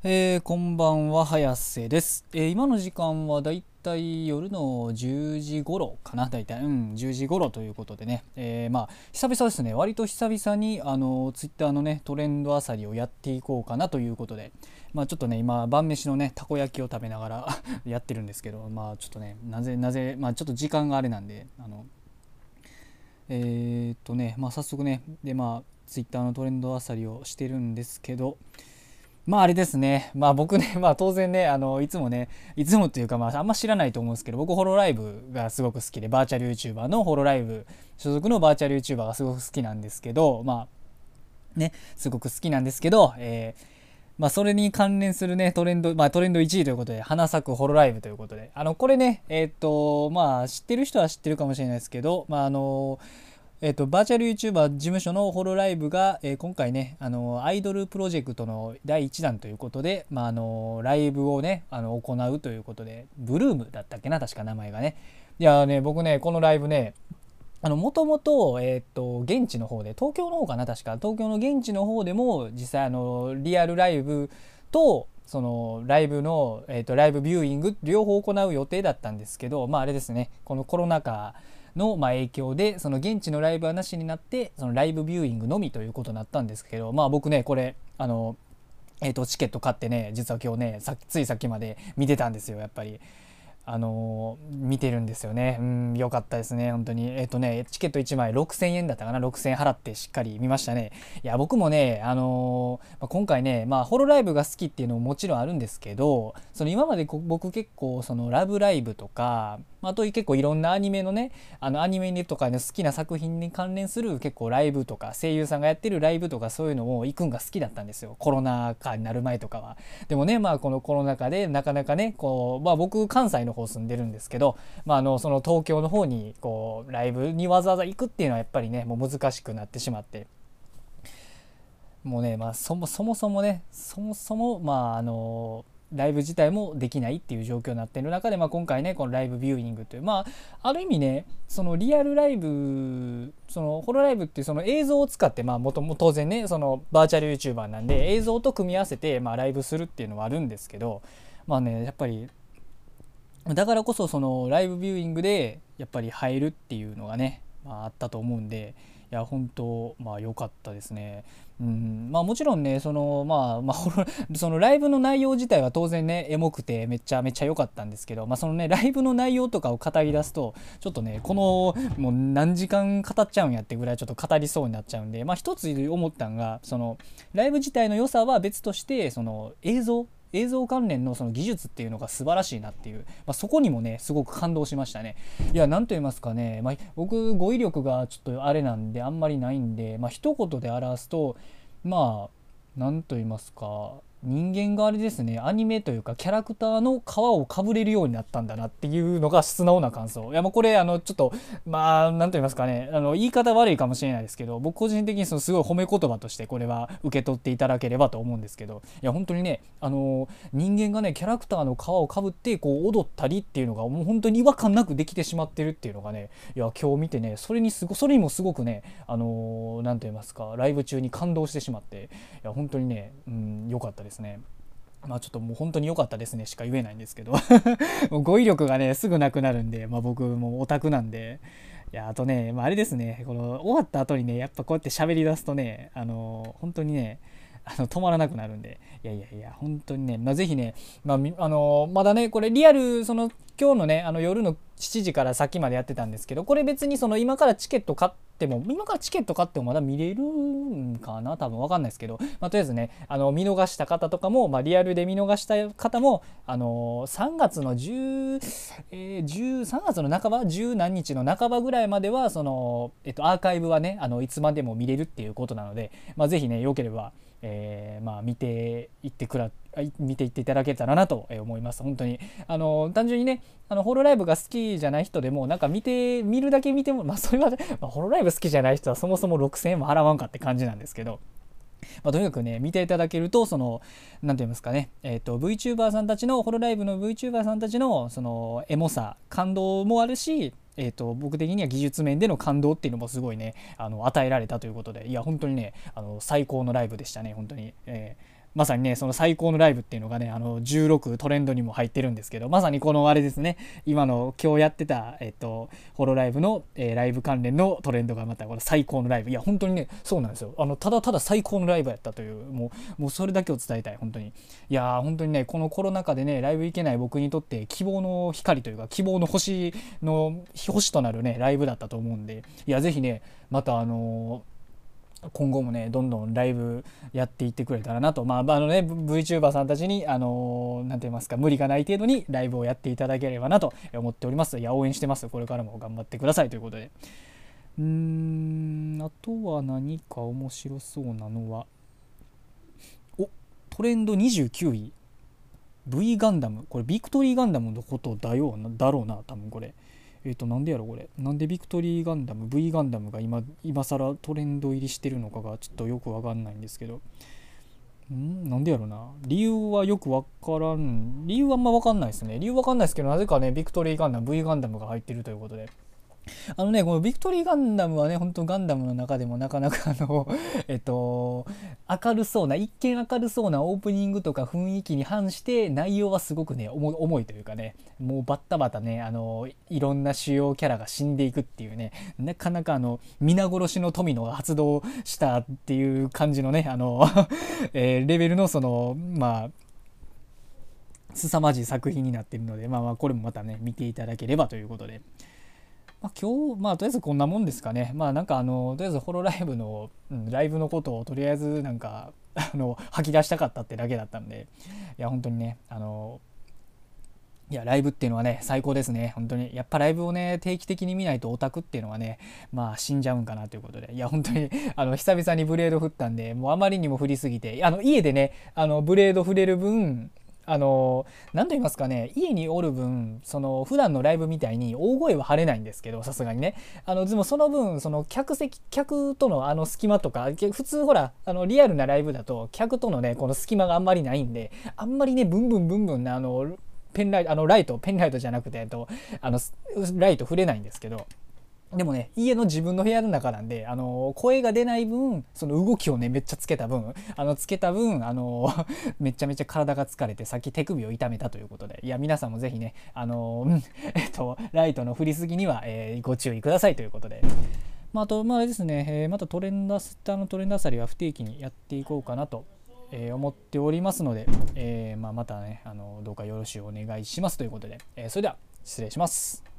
こんばんは、早瀬です。今の時間はだいたい夜の10時頃かな、だいたい、10時頃ということでね、久々ですね、割と久々にツイッターのね、トレンドあさりをやっていこうかなということで、ちょっとね、今、晩飯のね、たこ焼きを食べながらやってるんですけど、ちょっとね、ちょっと時間があれなんで、早速ね、で、ツイッターのトレンドあさりをしてるんですけど、あれですね。僕ね、当然ね、いつもね、いつもっていうかあんま知らないと思うんですけど、僕ホロライブがすごく好きで、バーチャル YouTuber のホロライブ、所属のバーチャル YouTuber がすごく好きなんですけど、すごく好きなんですけど、それに関連するね、トレンド1位ということで、花咲くホロライブということで、これね、知ってる人は知ってるかもしれないですけど、バーチャル YouTuber 事務所のホロライブが、今回ね、アイドルプロジェクトの第1弾ということで、ライブをね、行うということで、ブルームだったっけな、確か名前がね。いやね、僕ね、このライブね、もともと、現地の方で、東京の方かな、確か、東京の現地の方でも、実際、リアルライブと、そのライブの、ライブビューイング両方行う予定だったんですけど、あれですね、このコロナ禍の影響でその現地のライブはなしになってそのライブビューイングのみということになったんですけど、僕ねこれチケット買ってね、実は今日ねついさっきまで見てたんですよ。やっぱり見てるんですよね。良かったですね、本当に。チケット1枚6000円だったかな、6000円払ってしっかり見ましたね。いや、僕もね、今回ね、ホロライブが好きっていうのももちろんあるんですけど、その今まで僕結構、そのラブライブとか、あと結構いろんなアニメのね、アニメとかの好きな作品に関連する結構ライブとか、声優さんがやってるライブとかそういうのを行くんが好きだったんですよ。コロナ禍になる前とかは。でもね、このコロナ禍でなかなかね、こう、僕関西の方住んでるんですけど、その東京の方にこうライブにわざわざ行くっていうのはやっぱりね、もう難しくなってしまって、もうね、そもそもね、そもそもライブ自体もできないっていう状況になっている中で、今回ねこのライブビューイングという、ある意味ね、そのリアルライブ、そのホロライブっていうその映像を使って、元も当然ね、そのバーチャル YouTuber なんで映像と組み合わせてライブするっていうのはあるんですけど、やっぱりだからこそそのライブビューイングでやっぱり入るっていうのがね、あったと思うんで、いや本当良かったですね。もちろんね、そのそのライブの内容自体は当然ねエモくてめちゃめちゃ良かったんですけど、そのねライブの内容とかを語り出すとちょっとね、このもう何時間語っちゃうんやってぐらいちょっと語りそうになっちゃうんで、一つ思ったんが、そのライブ自体の良さは別として、その映像関連のその技術っていうのが素晴らしいなっていう、そこにもねすごく感動しましたね。いや、なんと言いますかね、僕語彙力がちょっとあれなんであんまりないんで、一言で表すと、なんと言いますか、人間があれですね、アニメというかキャラクターの皮をかぶれるようになったんだなっていうのが素直な感想。いや、もうこれちょっとなんと言いますかね、言い方悪いかもしれないですけど、僕個人的にそのすごい褒め言葉としてこれは受け取っていただければと思うんですけど、いや本当にね、人間がねキャラクターの皮をかぶってこう踊ったりっていうのがもう本当に違和感なくできてしまってるっていうのがね、いや今日見てね、それにもすごくね、なんと言いますか、ライブ中に感動してしまって、いや本当にね、良かったですね。ちょっともう本当に良かったですねしか言えないんですけどもう語彙力がねすぐなくなるんで、僕もオタクなんで。いや、あとね、あれですね、この終わった後にねやっぱこうやって喋り出すとね、本当にね、止まらなくなるんで、本当にね、ぜひね、まだねこれリアル、その今日のね夜の7時から先までやってたんですけど、これ別にその今からチケット買ってもまだ見れるんかな、多分わかんないですけど、とりあえずね見逃した方とかも、リアルで見逃した方も3月の3月の半ば、十何日の半ばぐらいまではその、アーカイブはねいつまでも見れるっていうことなので、ぜひねよければ見ていっていただけたらなと思います。本当に単純にね、ホロライブが好きじゃない人でもなんか見るだけ見ても、それは、ホロライブ好きじゃない人はそもそも6000円も払わんかって感じなんですけど、とにかくね見ていただけると、その何て言いますかね、VTuber さんたちのホロライブの VTuber さんたちのそのエモさ、感動もあるし、僕的には技術面での感動っていうのもすごいね与えられたということで、いや本当にね最高のライブでしたね、本当に。 まさにねその最高のライブっていうのがね16トレンドにも入ってるんですけど、まさにこのあれですね、今日やってたホロライブの、ライブ関連のトレンドがまたこの最高のライブ、いや本当にねそうなんですよ、ただただ最高のライブやったという、もうそれだけを伝えたい本当に。いや本当にねこのコロナ禍でねライブ行けない僕にとって希望の光というか希望の星となるねライブだったと思うんで、いやぜひねまた今後もねどんどんライブやっていってくれたらなと、VTuber さんたちになんて言いますか無理がない程度にライブをやっていただければなと思っております。いや応援してます。これからも頑張ってくださいということで、あとは何か面白そうなのは、トレンド29位 V ガンダム、これビクトリーガンダムのことだろうな多分これ。なんでやろこれ、なんでビクトリーガンダム V ガンダムが今更トレンド入りしてるのかがちょっとよくわかんないんですけど、なんでやろな、理由はよくわからん、理由はあんまわかんないですね。理由わかんないですけど、なぜかねビクトリーガンダム V ガンダムが入ってるということで、このビクトリーガンダムはね本当ガンダムの中でもなかなか明るそうな、一見明るそうなオープニングとか雰囲気に反して内容はすごくね重いというかね、もうバッタバタねいろんな主要キャラが死んでいくっていうね、なかなか皆殺しの富野が発動したっていう感じのねレベルの凄まじい作品になっているので、これもまたね見ていただければということで、今日とりあえずこんなもんですかね。とりあえずホロライブの、ライブのことをとりあえず吐き出したかったってだけだったんで、いや本当にねいやライブっていうのはね最高ですね本当に。やっぱライブをね定期的に見ないとオタクっていうのはね死んじゃうんかなということで、いや本当に久々にブレード振ったんで、もうあまりにも振りすぎて家でねブレード振れる分何と言いますかね、家におる分普段のライブみたいに大声は張れないんですけど、さすがにねでもその分客との隙間とか、普通ほらリアルなライブだと客とのねこの隙間があんまりないんで、あんまりねブンブンブンブンなペンライトじゃなくてライト触れないんですけど、でもね家の自分の部屋の中なんで声が出ない分その動きをねめっちゃつけた分めちゃめちゃ体が疲れてさっき手首を痛めたということで、いや皆さんもぜひねライトの振りすぎには、ご注意くださいということで、あとあれですね、またトレンドあさりは不定期にやっていこうかなと思っておりますので、またねどうかよろしくお願いしますということで、それでは失礼します。